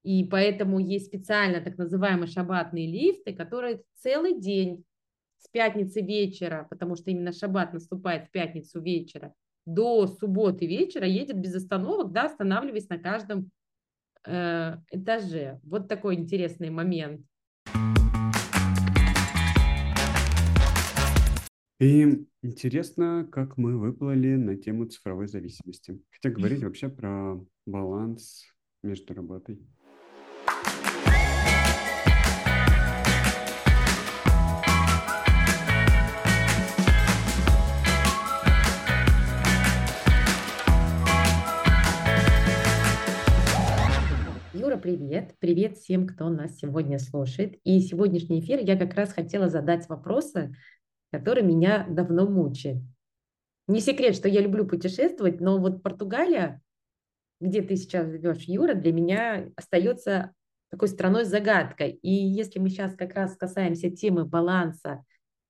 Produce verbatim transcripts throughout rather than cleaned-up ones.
И поэтому есть специально так называемые шаббатные лифты, которые целый день с пятницы вечера, потому что именно шаббат наступает в пятницу вечера, до субботы вечера едет без остановок, да, останавливаясь на каждом э, этаже. Вот такой интересный момент. И интересно, как мы выплыли на тему цифровой зависимости. Хотя говорить вообще про баланс между работой. Юра, привет! Привет всем, кто нас сегодня слушает. И сегодняшний эфир я как раз хотела задать вопросы, которые меня давно мучают. Не секрет, что я люблю путешествовать, но вот Португалия, где ты сейчас живешь, Юра, для меня остается такой страной-загадкой. И если мы сейчас как раз касаемся темы баланса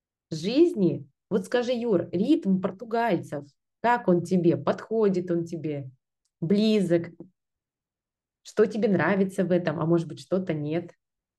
жизни, вот скажи, Юр, ритм португальцев, как он тебе? Подходит он тебе? Близок? Что тебе нравится в этом? А может быть, что-то нет?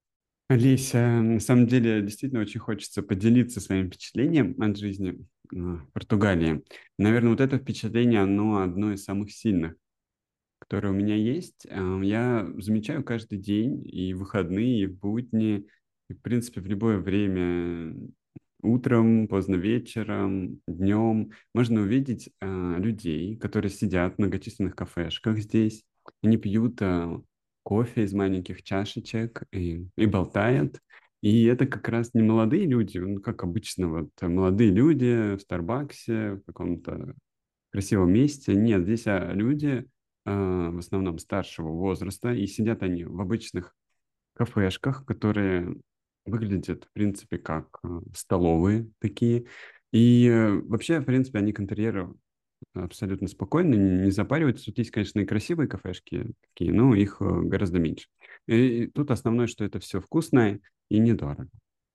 Олеся, на самом деле действительно очень хочется поделиться своим впечатлением от жизни э, в Португалии. Наверное, вот это впечатление, оно одно из самых сильных, которое у меня есть. Э, Я замечаю каждый день и в выходные, и в будни, и, в принципе, в любое время, утром, поздно вечером, днем, можно увидеть э, людей, которые сидят в многочисленных кафешках здесь. Они пьют э, кофе из маленьких чашечек и, и болтают. И это как раз не молодые люди, ну, как обычно, вот э, молодые люди в Старбаксе, в каком-то красивом месте. Нет, здесь а, люди э, в основном старшего возраста, и сидят они в обычных кафешках, которые выглядят, в принципе, как э, столовые такие. И э, вообще, в принципе, они к интерьеру абсолютно спокойно, не не запариваются. Тут есть, конечно, и красивые кафешки такие, но их э, гораздо меньше. И тут основное, что это все вкусное и недорого.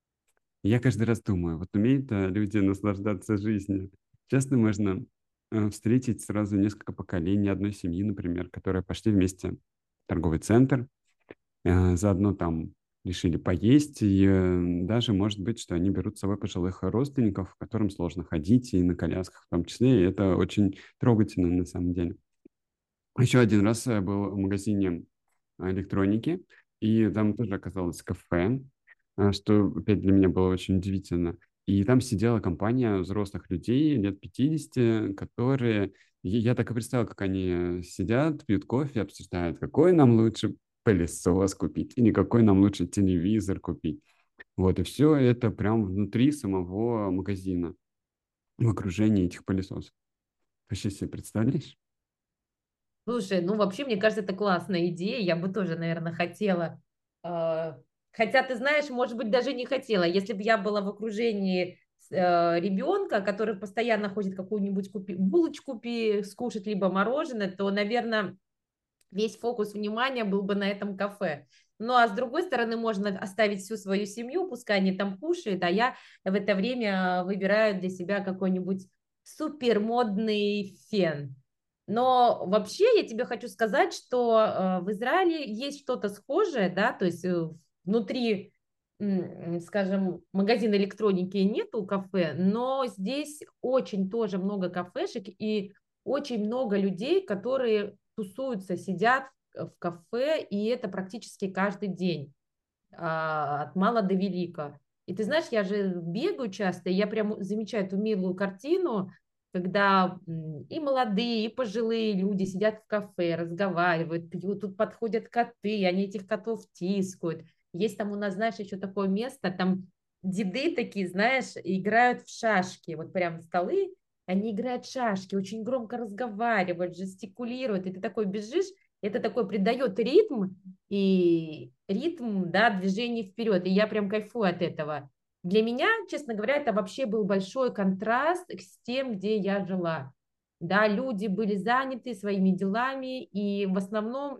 И я каждый раз думаю, вот умеют э, люди наслаждаться жизнью. Часто можно э, встретить сразу несколько поколений одной семьи, например, которые пошли вместе в торговый центр, Э, заодно там решили поесть, и э, даже может быть, что они берут с собой пожилых родственников, которым сложно ходить, и на колясках в том числе, и это очень трогательно на самом деле. Еще один раз я был в магазине а, электроники, и там тоже оказалось кафе, а, что опять для меня было очень удивительно. И там сидела компания взрослых людей лет пятидесяти, которые... и Я так и представил, как они сидят, пьют кофе, обсуждают, какой нам лучше пылесос купить, или какой нам лучше телевизор купить. Вот, и все это прям внутри самого магазина, в окружении этих пылесосов. Вообще себе представляешь? Слушай, ну вообще, мне кажется, это классная идея. Я бы тоже, наверное, хотела. э, Хотя, ты знаешь, может быть, даже не хотела. Если бы я была в окружении э, ребенка, который постоянно хочет какую-нибудь купи, булочку пи- скушать, либо мороженое, то, наверное, весь фокус внимания был бы на этом кафе. Ну, а с другой стороны, можно оставить всю свою семью, пускай они там кушают, а я в это время выбираю для себя какой-нибудь супермодный фен. Но вообще я тебе хочу сказать, что э, в Израиле есть что-то схожее, да, то есть э, внутри, м, скажем, магазина электроники нету кафе, но здесь очень тоже много кафешек и очень много людей, которые тусуются, сидят в кафе, и это практически каждый день, а, от мала до велика. И ты знаешь, я же бегаю часто, и я прям замечаю эту милую картину, когда м, и молодые, и пожилые люди сидят в кафе, разговаривают, пьют, тут подходят коты, они этих котов тискают. Есть там у нас, знаешь, еще такое место, там деды такие, знаешь, играют в шашки, вот прям столы, они играют в шашки, очень громко разговаривают, жестикулируют, и ты такой бежишь, это такой придает ритм, и ритм, да, движения вперед, и я прям кайфую от этого. Для меня, честно говоря, это вообще был большой контраст с тем, где я жила. Да, люди были заняты своими делами, и в основном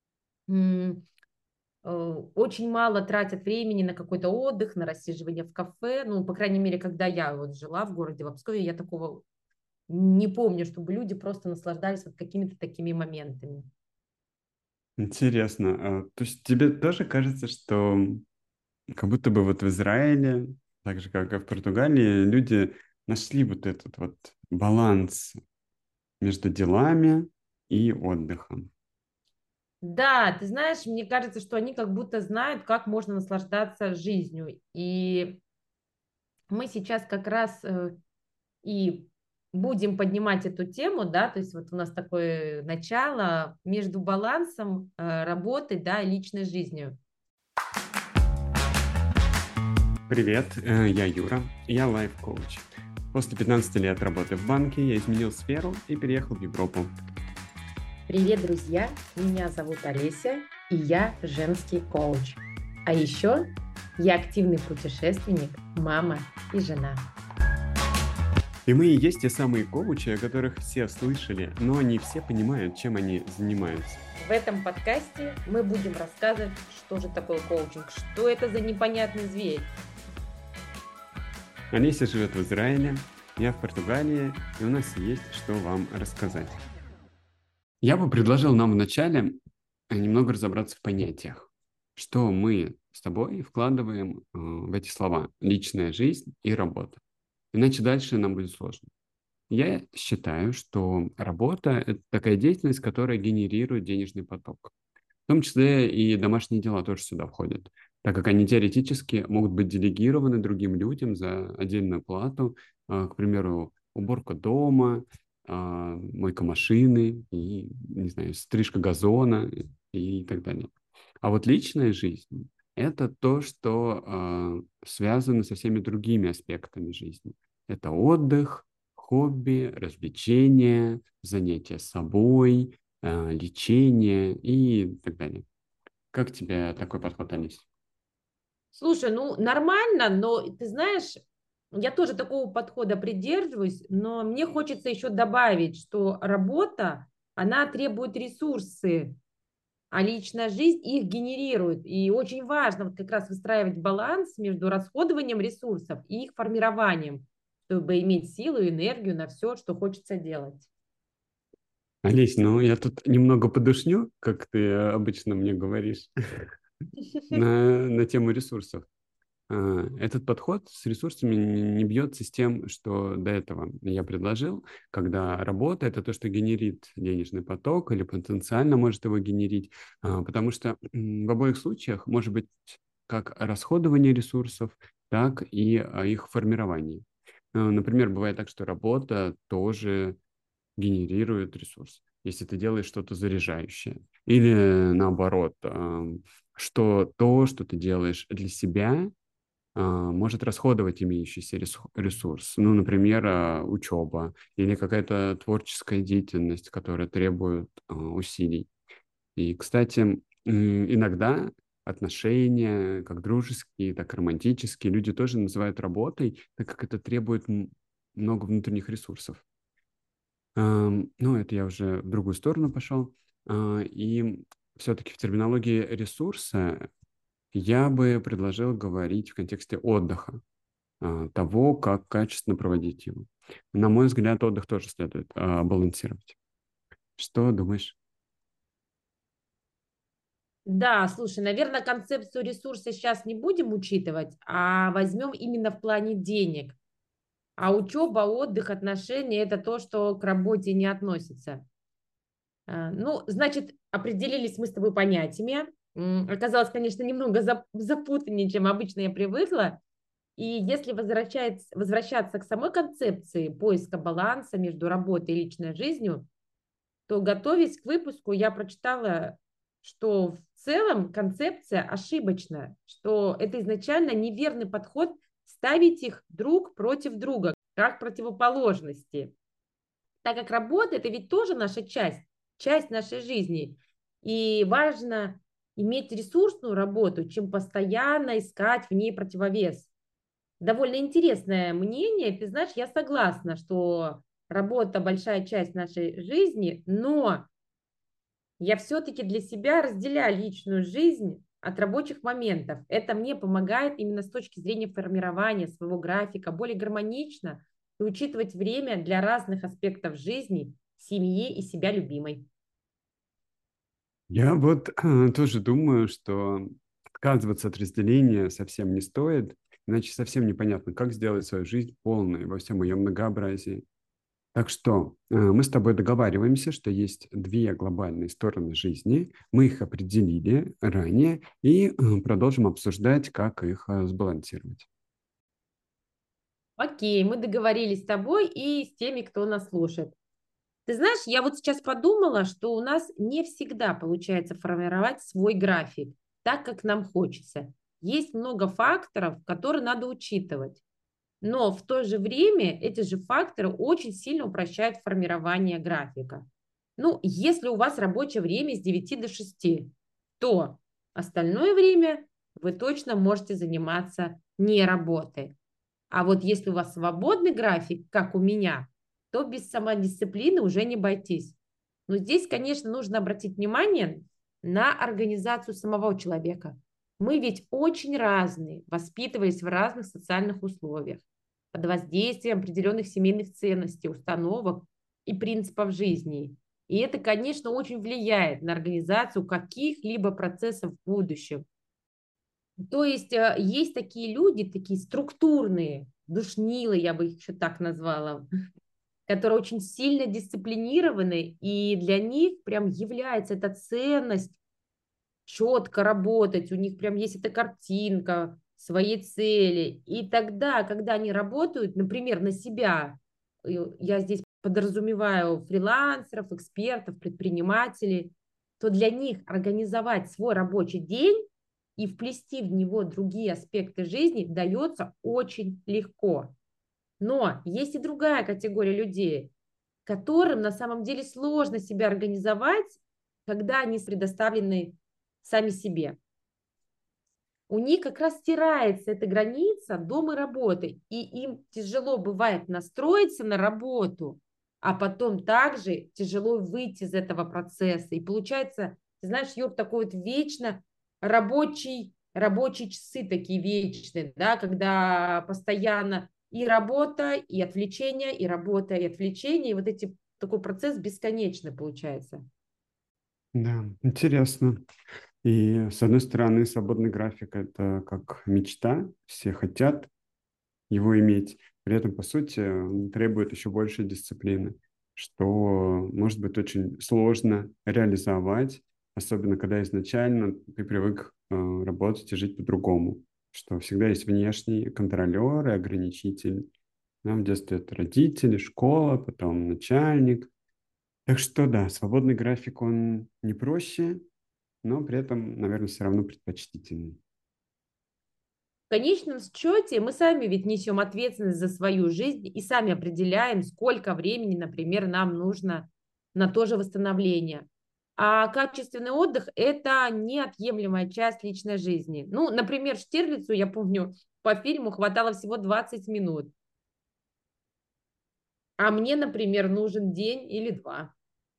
м, э, очень мало тратят времени на какой-то отдых, на рассиживание в кафе. Ну, по крайней мере, когда я вот жила в городе в Обскове, я такого не помню, чтобы люди просто наслаждались вот какими-то такими моментами. Интересно. А, то есть тебе тоже кажется, что как будто бы вот в Израиле, так же, как и в Португалии, люди нашли вот этот вот баланс между делами и отдыхом? Да, ты знаешь, мне кажется, что они как будто знают, как можно наслаждаться жизнью. И мы сейчас как раз э, и будем поднимать эту тему, да, то есть вот у нас такое начало между балансом э, работы, да, и личной жизнью. Привет, э, я Юра, я лайф-коуч. После пятнадцати лет работы в банке я изменил сферу и переехал в Европу. Привет, друзья! Меня зовут Олеся, и я женский коуч. А еще я активный путешественник, мама и жена. И мы и есть те самые коучи, о которых все слышали, но не все понимают, чем они занимаются. В этом подкасте мы будем рассказывать, что же такое коучинг, что это за непонятный зверь. Олеся живет в Израиле, я в Португалии, и у нас есть что вам рассказать. Я бы предложил нам вначале немного разобраться в понятиях. Что мы с тобой вкладываем э, в эти слова: личная жизнь и работа. Иначе дальше нам будет сложно. Я считаю, что работа – это такая деятельность, которая генерирует денежный поток. В том числе и домашние дела тоже сюда входят, так как они теоретически могут быть делегированы другим людям за отдельную плату, а, к примеру, уборка дома, а, мойка машины и, не знаю, стрижка газона и так далее. А вот личная жизнь – это то, что а, связано со всеми другими аспектами жизни. Это отдых, хобби, развлечения, занятия собой, а, лечение и так далее. Как тебе такой подход, Алис? Слушай, ну нормально, но ты знаешь, я тоже такого подхода придерживаюсь, но мне хочется еще добавить, что работа, она требует ресурсы, а личная жизнь их генерирует. И очень важно вот как раз выстраивать баланс между расходованием ресурсов и их формированием, чтобы иметь силу и энергию на все, что хочется делать. Алис, ну я тут немного подушню, как ты э, обычно мне говоришь, на, на тему ресурсов. А, Этот подход с ресурсами не не бьется с тем, что до этого я предложил, когда работа – это то, что генерит денежный поток или потенциально может его генерить, а, потому что м, в обоих случаях может быть как расходование ресурсов, так и а, их формирование. А, Например, бывает так, что работа тоже генерирует ресурс, если ты делаешь что-то заряжающее. Или наоборот, ам, что то, что ты делаешь для себя, а, может расходовать имеющийся ресу- ресурс. Ну, например, а, учеба или какая-то творческая деятельность, которая требует а, усилий. И, кстати, м, иногда отношения, как дружеские, так и романтические, люди тоже называют работой, так как это требует м, много внутренних ресурсов. Ам, Ну, это я уже в другую сторону пошел. А, И все-таки в терминологии ресурса я бы предложил говорить в контексте отдыха, а, того, как качественно проводить его. На мой взгляд, отдых тоже следует а, балансировать. Что думаешь? Да, слушай, наверное, концепцию ресурса сейчас не будем учитывать, а возьмем именно в плане денег. А учеба, отдых, отношения – это то, что к работе не относится. А, Ну, значит, определились мы с тобой понятиями. М, Оказалось, конечно, немного зап- запутаннее, чем обычно я привыкла. И если возвращать, возвращаться к самой концепции поиска баланса между работой и личной жизнью, то, готовясь к выпуску, я прочитала, что в целом концепция ошибочна, что это изначально неверный подход ставить их друг против друга, как противоположности. Так как работа – это ведь тоже наша часть, часть нашей жизни. И важно иметь ресурсную работу, чем постоянно искать в ней противовес. Довольно интересное мнение. Ты знаешь, я согласна, что работа – большая часть нашей жизни, но я все-таки для себя разделяю личную жизнь от рабочих моментов. Это мне помогает именно с точки зрения формирования своего графика более гармонично и учитывать время для разных аспектов жизни, семьи и себя любимой. Я вот э, тоже думаю, что отказываться от разделения совсем не стоит, иначе совсем непонятно, как сделать свою жизнь полной во всем ее многообразии. Так что э, мы с тобой договариваемся, что есть две глобальные стороны жизни, мы их определили ранее и э, продолжим обсуждать, как их э, сбалансировать. Окей, мы договорились с тобой и с теми, кто нас слушает. Ты знаешь, я вот сейчас подумала, что у нас не всегда получается формировать свой график так, как нам хочется. Есть много факторов, которые надо учитывать. Но в то же время эти же факторы очень сильно упрощают формирование графика. Ну, если у вас рабочее время с девяти до шести, то остальное время вы точно можете заниматься не работой. А вот если у вас свободный график, как у меня, то без самодисциплины уже не обойтись. Но здесь, конечно, нужно обратить внимание на организацию самого человека. Мы ведь очень разные, воспитывались в разных социальных условиях, под воздействием определенных семейных ценностей, установок и принципов жизни. И это, конечно, очень влияет на организацию каких-либо процессов в будущем. То есть э, есть такие люди, такие структурные, душнилы, я бы их еще так назвала, которые очень сильно дисциплинированы, и для них прям является эта ценность четко работать, у них прям есть эта картинка своей цели. И тогда, когда они работают, например, на себя, э, я здесь подразумеваю фрилансеров, экспертов, предпринимателей, то для них организовать свой рабочий день и вплести в него другие аспекты жизни дается очень легко. Но есть и другая категория людей, которым на самом деле сложно себя организовать, когда они предоставлены сами себе. У них как раз стирается эта граница дома и работы, и им тяжело бывает настроиться на работу, а потом также тяжело выйти из этого процесса. И получается, ты знаешь, Юр, такой вот вечно рабочий, рабочие часы такие вечные, да, когда постоянно и работа, и отвлечение, и работа, и отвлечение, и вот эти, такой процесс бесконечный получается. Да, интересно. И с одной стороны, свободный график– это как мечта, все хотят его иметь, при этом, по сути, он требует еще большей дисциплины, что может быть очень сложно реализовать, особенно когда изначально ты привык э, работать и жить по-другому, что всегда есть внешний контролер и ограничитель. Да, в детстве это родители, школа, потом начальник. Так что да, свободный график, он не проще, но при этом, наверное, все равно предпочтительный. В конечном счете мы сами ведь несем ответственность за свою жизнь и сами определяем, сколько времени, например, нам нужно на то же восстановление. А качественный отдых– это неотъемлемая часть личной жизни. Ну, например, Штирлицу, я помню, по фильму хватало всего двадцать минут, а мне, например, нужен день или два.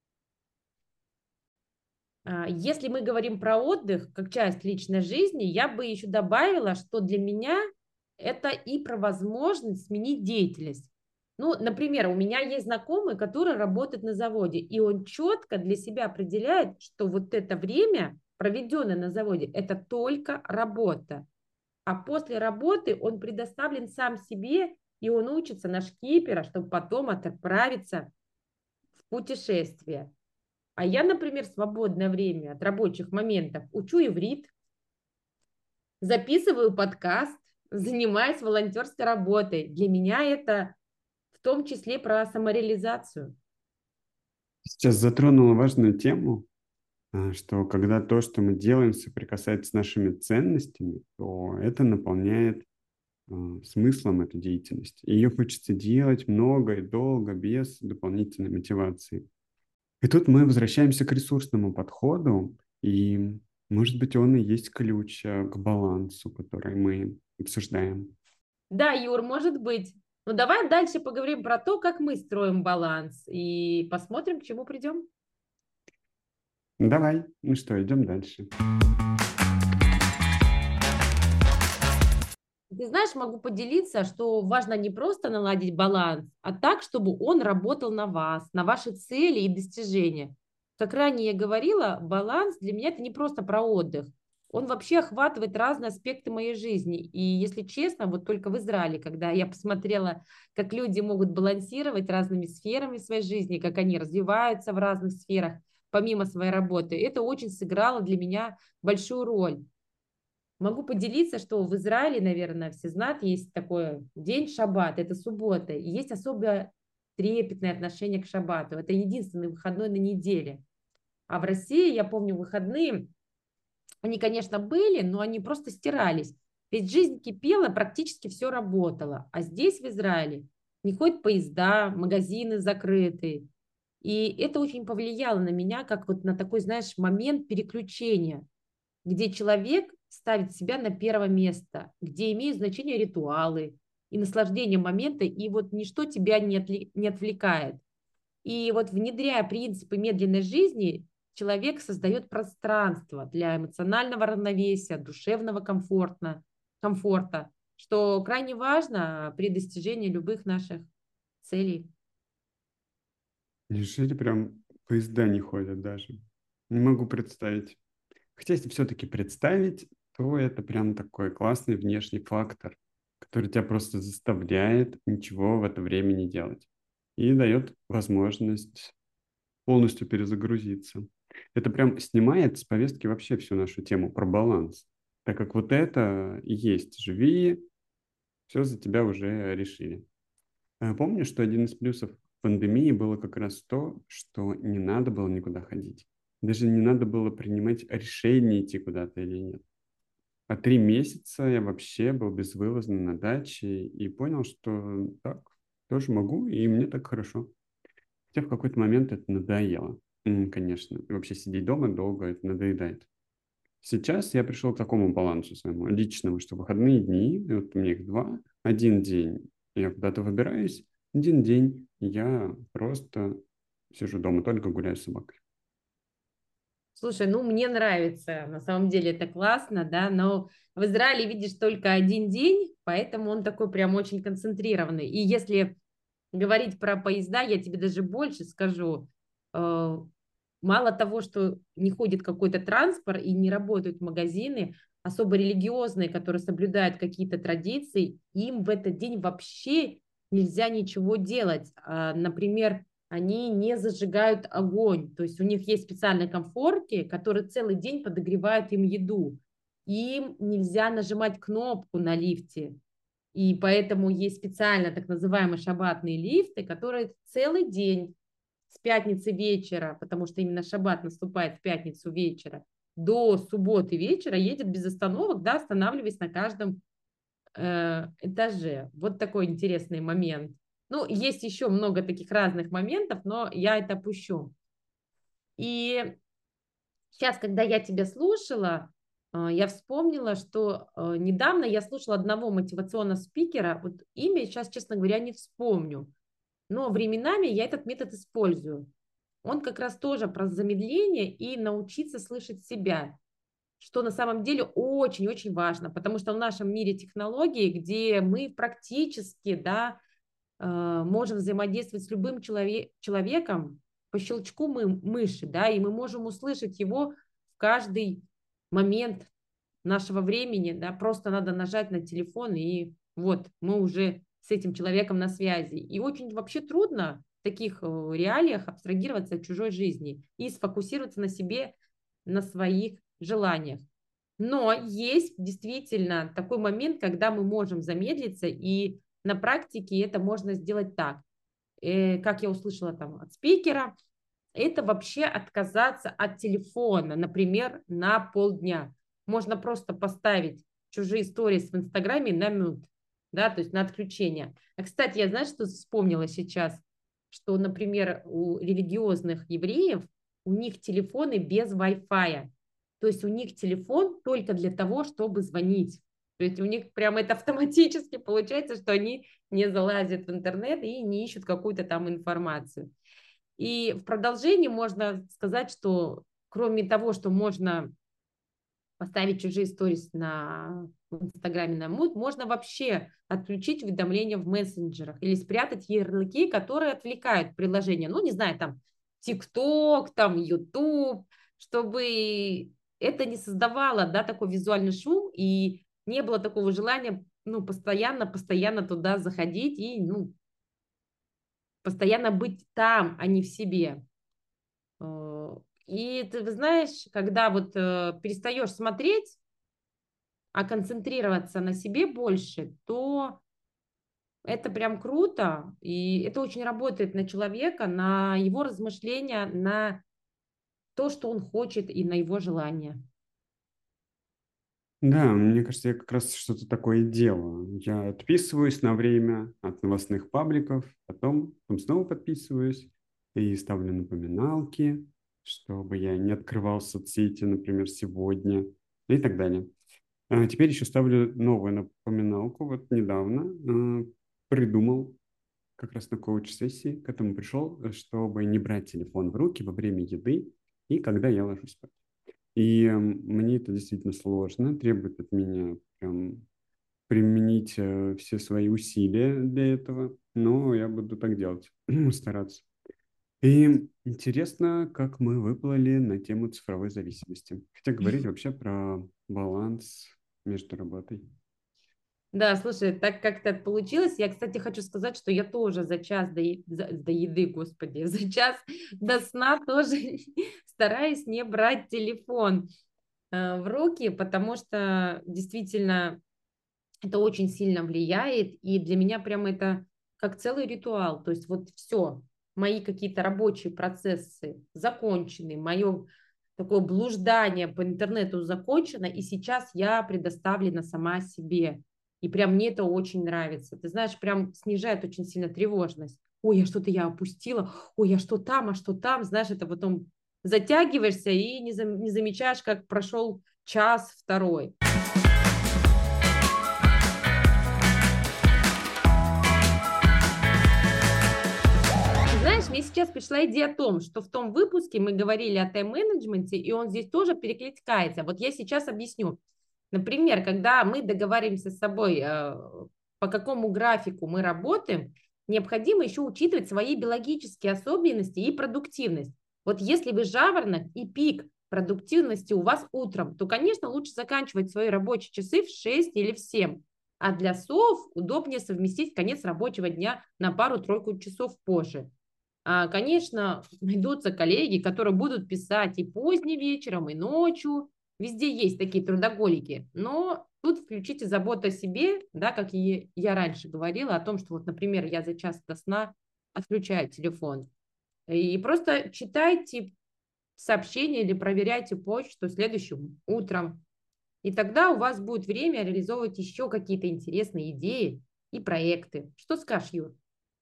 А, Если мы говорим про отдых как часть личной жизни, я бы еще добавила, что для меня это и про возможность сменить деятельность. Ну, например, у меня есть знакомый, который работает на заводе, и он четко для себя определяет, что вот это время, проведенное на заводе, это только работа. А после работы он предоставлен сам себе, и он учится на шкипера, чтобы потом отправиться в путешествие. А я, например, в свободное время от рабочих моментов учу иврит, записываю подкаст, занимаюсь волонтерской работой. Для меня это в том числе про самореализацию. Сейчас затронула важную тему, а, что когда то, что мы делаем, соприкасается с нашими ценностями, то это наполняет а, смыслом эту деятельность. И ее хочется делать много и долго, без дополнительной мотивации. И тут мы возвращаемся к ресурсному подходу, и, может быть, он и есть ключ а, к балансу, который мы обсуждаем. Да, Юр, может быть. Ну давай дальше поговорим про то, как мы строим баланс и посмотрим, к чему придем. Давай, ну что, идем дальше. Ты знаешь, могу поделиться, что важно не просто наладить баланс, а так, чтобы он работал на вас, на ваши цели и достижения. как ранее я говорила, баланс для меня это не просто про отдых. Он вообще охватывает разные аспекты моей жизни. И если честно, вот только в Израиле, когда я посмотрела, как люди могут балансировать разными сферами своей жизни, как они развиваются в разных сферах, помимо своей работы, это очень сыграло для меня большую роль. Могу поделиться, что в Израиле, наверное, все знают, есть такой день шаббат, это суббота, и есть особое трепетное отношение к шаббату. Это единственный выходной на неделе. А в России, я помню, выходные, они, конечно, были, но они просто стирались. Ведь жизнь кипела, практически все работало. А здесь, в Израиле, не ходят поезда, магазины закрыты. И это очень повлияло на меня, как вот на такой, знаешь, момент переключения, где человек ставит себя на первое место, где имеют значение ритуалы и наслаждение момента, и вот ничто тебя не, отли- не отвлекает. И вот внедряя принципы медленной жизни, человек создает пространство для эмоционального равновесия, душевного комфортно, комфорта, что крайне важно при достижении любых наших целей. Неужели прям поезда не ходят даже? Не могу представить. Хотя если все-таки представить, то это прям такой классный внешний фактор, который тебя просто заставляет ничего в это время не делать и дает возможность полностью перезагрузиться. Это прям снимает с повестки вообще всю нашу тему про баланс, так как вот это и есть «живи», все за тебя уже решили. А помню, что один из плюсов пандемии было как раз то, что не надо было никуда ходить. Даже не надо было принимать решение, идти куда-то или нет. А три месяца я вообще был безвылазно на даче и понял, что так, тоже могу, и мне так хорошо. Хотя в какой-то момент это надоело, М, конечно. И вообще сидеть дома долго, это надоедает. Сейчас я пришел к такому балансу своему личному, что выходные дни, и вот у меня их два, один день я куда-то выбираюсь, один день я просто сижу дома, только гуляю с собакой. Слушай, ну мне нравится, на самом деле это классно, да, но в Израиле видишь только один день, поэтому он такой прям очень концентрированный. И если говорить про поезда, я тебе даже больше скажу. Э, Мало того, что не ходит какой-то транспорт и не работают магазины, особо религиозные, которые соблюдают какие-то традиции, им в этот день вообще нельзя ничего делать. А, Например, они не зажигают огонь, то есть у них есть специальные комфорки, которые целый день подогревают им еду. Им нельзя нажимать кнопку на лифте, и поэтому есть специально так называемые шаббатные лифты, которые целый день с пятницы вечера, потому что именно шаббат наступает в пятницу вечера, до субботы вечера едет без остановок, да, останавливаясь на каждом э, этаже. Вот такой интересный момент. Ну, есть еще много таких разных моментов, но я это опущу. И сейчас, когда я тебя слушала, э, я вспомнила, что э, недавно я слушала одного мотивационного спикера, вот имя сейчас, честно говоря, не вспомню, но временами я этот метод использую. Он как раз тоже про замедление и научиться слышать себя, что на самом деле очень-очень важно, потому что в нашем мире технологий, где мы практически, да, э, можем взаимодействовать с любым человек, человеком по щелчку мы, мыши, да, и мы можем услышать его в каждый момент нашего времени, да, просто надо нажать на телефон, и вот мы уже с этим человеком на связи. И очень вообще трудно в таких э, реалиях абстрагироваться от чужой жизни и сфокусироваться на себе, на своих желаниях. Но есть действительно такой момент, когда мы можем замедлиться, и на практике это можно сделать так. Э, как я услышала там от спикера, это вообще отказаться от телефона, например, на полдня. Можно просто поставить чужие истории в Инстаграме на мют, да, то есть на отключение. А, кстати, я знаю, что вспомнила сейчас, что, например, у религиозных евреев, у них телефоны без Wi-Fi. То есть у них телефон только для того, чтобы звонить. То есть у них прямо это автоматически получается, что они не залазят в интернет и не ищут какую-то там информацию. И в продолжении можно сказать, что кроме того, что можно поставить чужие сторис на в Инстаграме на мут, можно вообще отключить уведомления в мессенджерах или спрятать ярлыки, которые отвлекают приложение. Ну, не знаю, там ТикТок, там, Ютуб, чтобы это не создавало, да, такой визуальный шум и не было такого желания, ну, постоянно, постоянно туда заходить и, ну, постоянно быть там, а не в себе. Э, И ты вы знаешь, когда вот э, перестаешь смотреть, а концентрироваться на себе больше, то это прям круто, и это очень работает на человека, на его размышления, на то, что он хочет, и на его желания. Да, мне кажется, я как раз что-то такое и делаю. Я отписываюсь на время от новостных пабликов, потом, потом снова подписываюсь и ставлю напоминалки, чтобы я не открывал соцсети, например, сегодня и так далее. А теперь еще ставлю новую напоминалку. Вот недавно э, придумал как раз на коуч-сессии, к этому пришел, э, чтобы не брать телефон в руки во время еды и когда я ложусь спать. И м, мне это действительно сложно, требует от меня прям применить э, все свои усилия для этого, но я буду так делать, стараться. И интересно, как мы выплыли на тему цифровой зависимости. Хотя говорить вообще про баланс между работой. Да, слушай, так как так получилось, я, кстати, хочу сказать, что я тоже за час до, е- за- до еды, господи, за час до сна тоже стараюсь не брать телефон э, в руки, потому что действительно это очень сильно влияет, и для меня прямо это как целый ритуал. То есть вот все, мои какие-то рабочие процессы закончены, мое такое блуждание по интернету закончено, и сейчас я предоставлена сама себе. И прям мне это очень нравится. Ты знаешь, прям снижает очень сильно тревожность. Ой, я что-то я опустила, ой, я что там, а что там, знаешь, это потом затягиваешься и не, зам- не замечаешь, как прошел час, второй. Знаешь, мне сейчас пришла идея о том, что в том выпуске мы говорили о тайм-менеджменте, и он здесь тоже перекликается. Вот я сейчас объясню. Например, когда мы договариваемся с собой, э, по какому графику мы работаем, необходимо еще учитывать свои биологические особенности и продуктивность. Вот если вы жаворонок и пик продуктивности у вас утром, то, конечно, лучше заканчивать свои рабочие часы в шесть или в семь. А для сов удобнее совместить конец рабочего дня на пару-тройку часов позже. А, Конечно, найдутся коллеги, которые будут писать и поздним вечером, и ночью. Везде есть такие трудоголики. Но тут включите заботу о себе, да, как и я раньше говорила, о том, что вот, например, я за час до сна отключаю телефон. И просто читайте сообщения или проверяйте почту следующим утром. И тогда у вас будет время реализовывать еще какие-то интересные идеи и проекты. Что скажешь, Юр?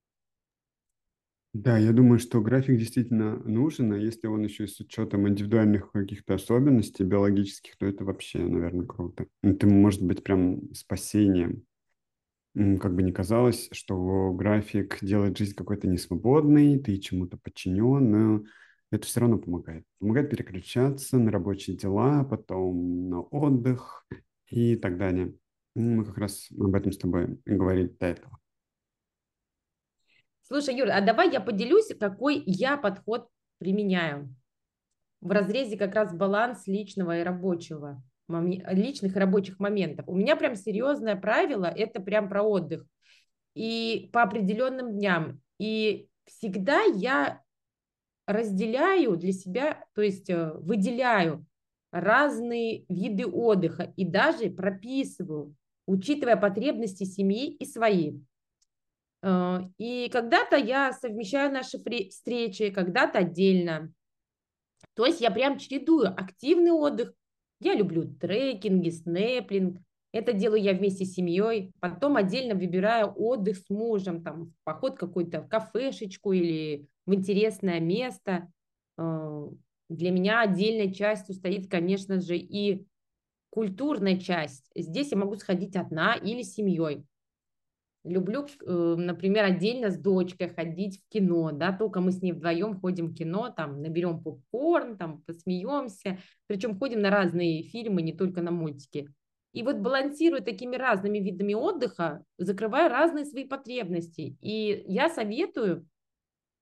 Да, я думаю, что график действительно нужен, а если он еще и с учетом индивидуальных каких-то особенностей биологических, то это вообще, наверное, круто. Это может быть прям спасением. М, Как бы ни казалось, что график делает жизнь какой-то несвободной, ты чему-то подчинен, но это все равно помогает. Помогает переключаться на рабочие дела, потом на отдых и так далее. М, Мы как раз об этом с тобой и говорили до этого. Слушай, Юр, а давай я поделюсь, какой я подход применяю в разрезе как раз баланс личного и рабочего, моме- личных и рабочих моментов. У меня прям серьезное правило, это прям про отдых. И по определенным дням. И всегда я разделяю для себя, то есть э, выделяю разные виды отдыха и даже прописываю, учитывая потребности семьи и свои. Э, И когда-то я совмещаю наши фре- встречи, когда-то отдельно. То есть я прям чередую активный отдых. Я люблю трекинги, снэплинг. Это делаю я вместе с семьей. Потом отдельно выбираю отдых с мужем, там, поход какой-то в кафешечку или в интересное место. Э, Для меня отдельной частью стоит, конечно же, и культурная часть. Здесь я могу сходить одна или с семьей. Люблю, э, например, отдельно с дочкой ходить в кино, да, только мы с ней вдвоем ходим в кино, там, наберем попкорн, там, посмеемся, причем ходим на разные фильмы, не только на мультики. И вот балансируя такими разными видами отдыха, закрываю разные свои потребности. И я советую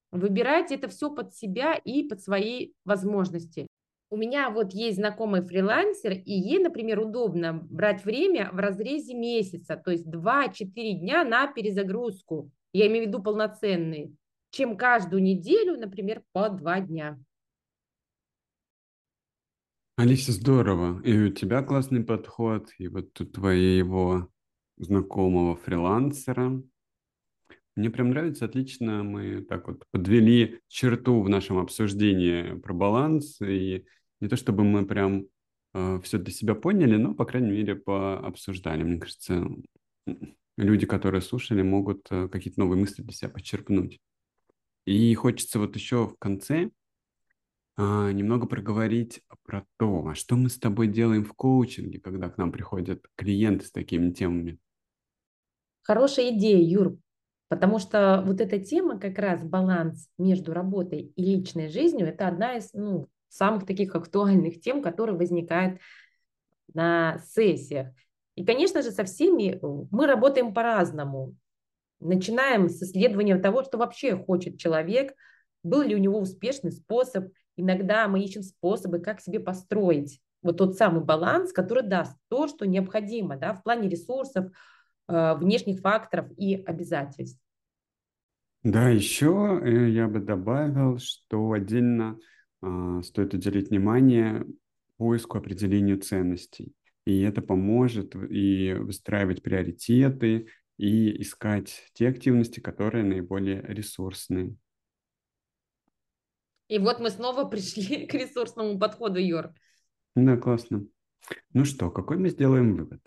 Выбирайте это все под себя и под свои возможности. У меня вот есть знакомый фрилансер, и ей, например, удобно брать время в разрезе месяца, то есть два-четыре дня на перезагрузку, я имею в виду полноценные, чем каждую неделю, например, по два дня. Алиса, здорово. И у тебя классный подход, и вот у твоего знакомого фрилансера. Мне прям нравится, отлично мы так вот подвели черту в нашем обсуждении про баланс, и не то чтобы мы прям все для себя поняли, но, по крайней мере, пообсуждали. Мне кажется, м, люди, которые слушали, могут э, какие-то новые мысли для себя почерпнуть. И хочется вот еще в конце а, немного проговорить про то, а что мы с тобой делаем в коучинге, когда к нам приходят клиенты с такими темами. Хорошая идея, Юр, потому что вот эта тема, как раз баланс между работой и личной жизнью, это одна из, ну, самых таких актуальных тем, которые возникают на сессиях. И, конечно же, со всеми э, мы работаем по-разному. Начинаем с исследования того, что вообще хочет человек, был ли у него успешный способ. Иногда мы ищем способы, как себе построить вот тот самый баланс, который даст то, что необходимо, да, в плане ресурсов, э, внешних факторов и обязательств. Да, еще э, я бы добавил, что отдельно а, стоит уделить внимание поиску, определению ценностей. И это поможет в- и выстраивать приоритеты, и искать те активности, которые наиболее ресурсные. И вот мы снова пришли к ресурсному подходу, Юр. Да, классно. Ну что, какой мы сделаем вывод?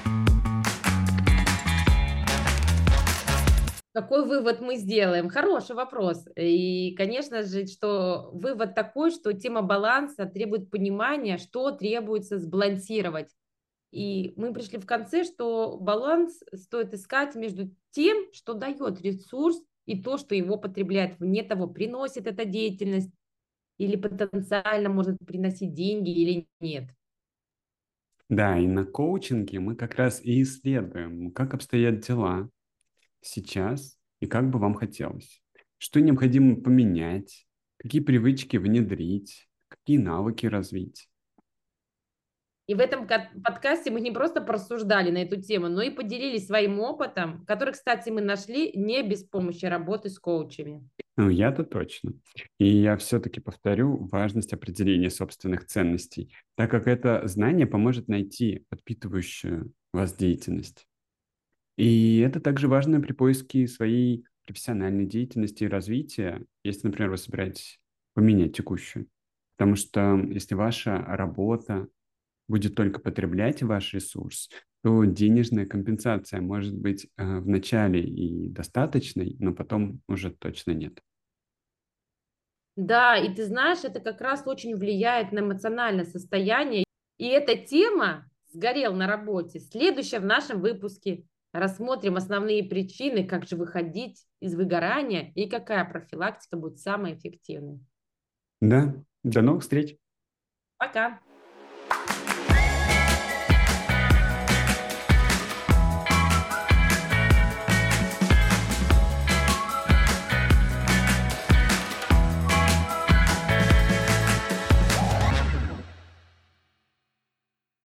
Какой вывод мы сделаем? Хороший вопрос. И, конечно же, что вывод такой, что тема баланса требует понимания, что требуется сбалансировать. И мы пришли в конце, что баланс стоит искать между тем, что дает ресурс, и то, что его потребляет. Вне того, приносит эта деятельность или потенциально может приносить деньги или нет. Да, и на коучинге мы как раз и исследуем, как обстоят дела сейчас и как бы вам хотелось. Что необходимо поменять, какие привычки внедрить, какие навыки развить. И в этом ка- подкасте мы не просто порассуждали на эту тему, но и поделились своим опытом, который, кстати, мы нашли не без помощи работы с коучами. Ну, я-то точно. И я все-таки повторю важность определения собственных ценностей, так как это знание поможет найти подпитывающую вас деятельность. И это также важно при поиске своей профессиональной деятельности и развития, если, например, вы собираетесь поменять текущую. Потому что если ваша работа будет только потреблять ваш ресурс, то денежная компенсация может быть э, в начале и достаточной, но потом уже точно нет. Да, и ты знаешь, это как раз очень влияет на эмоциональное состояние. И эта тема «Сгорел на работе» следующая в нашем выпуске. Рассмотрим основные причины, как же выходить из выгорания и какая профилактика будет самой эффективной. Да, до новых встреч! Пока!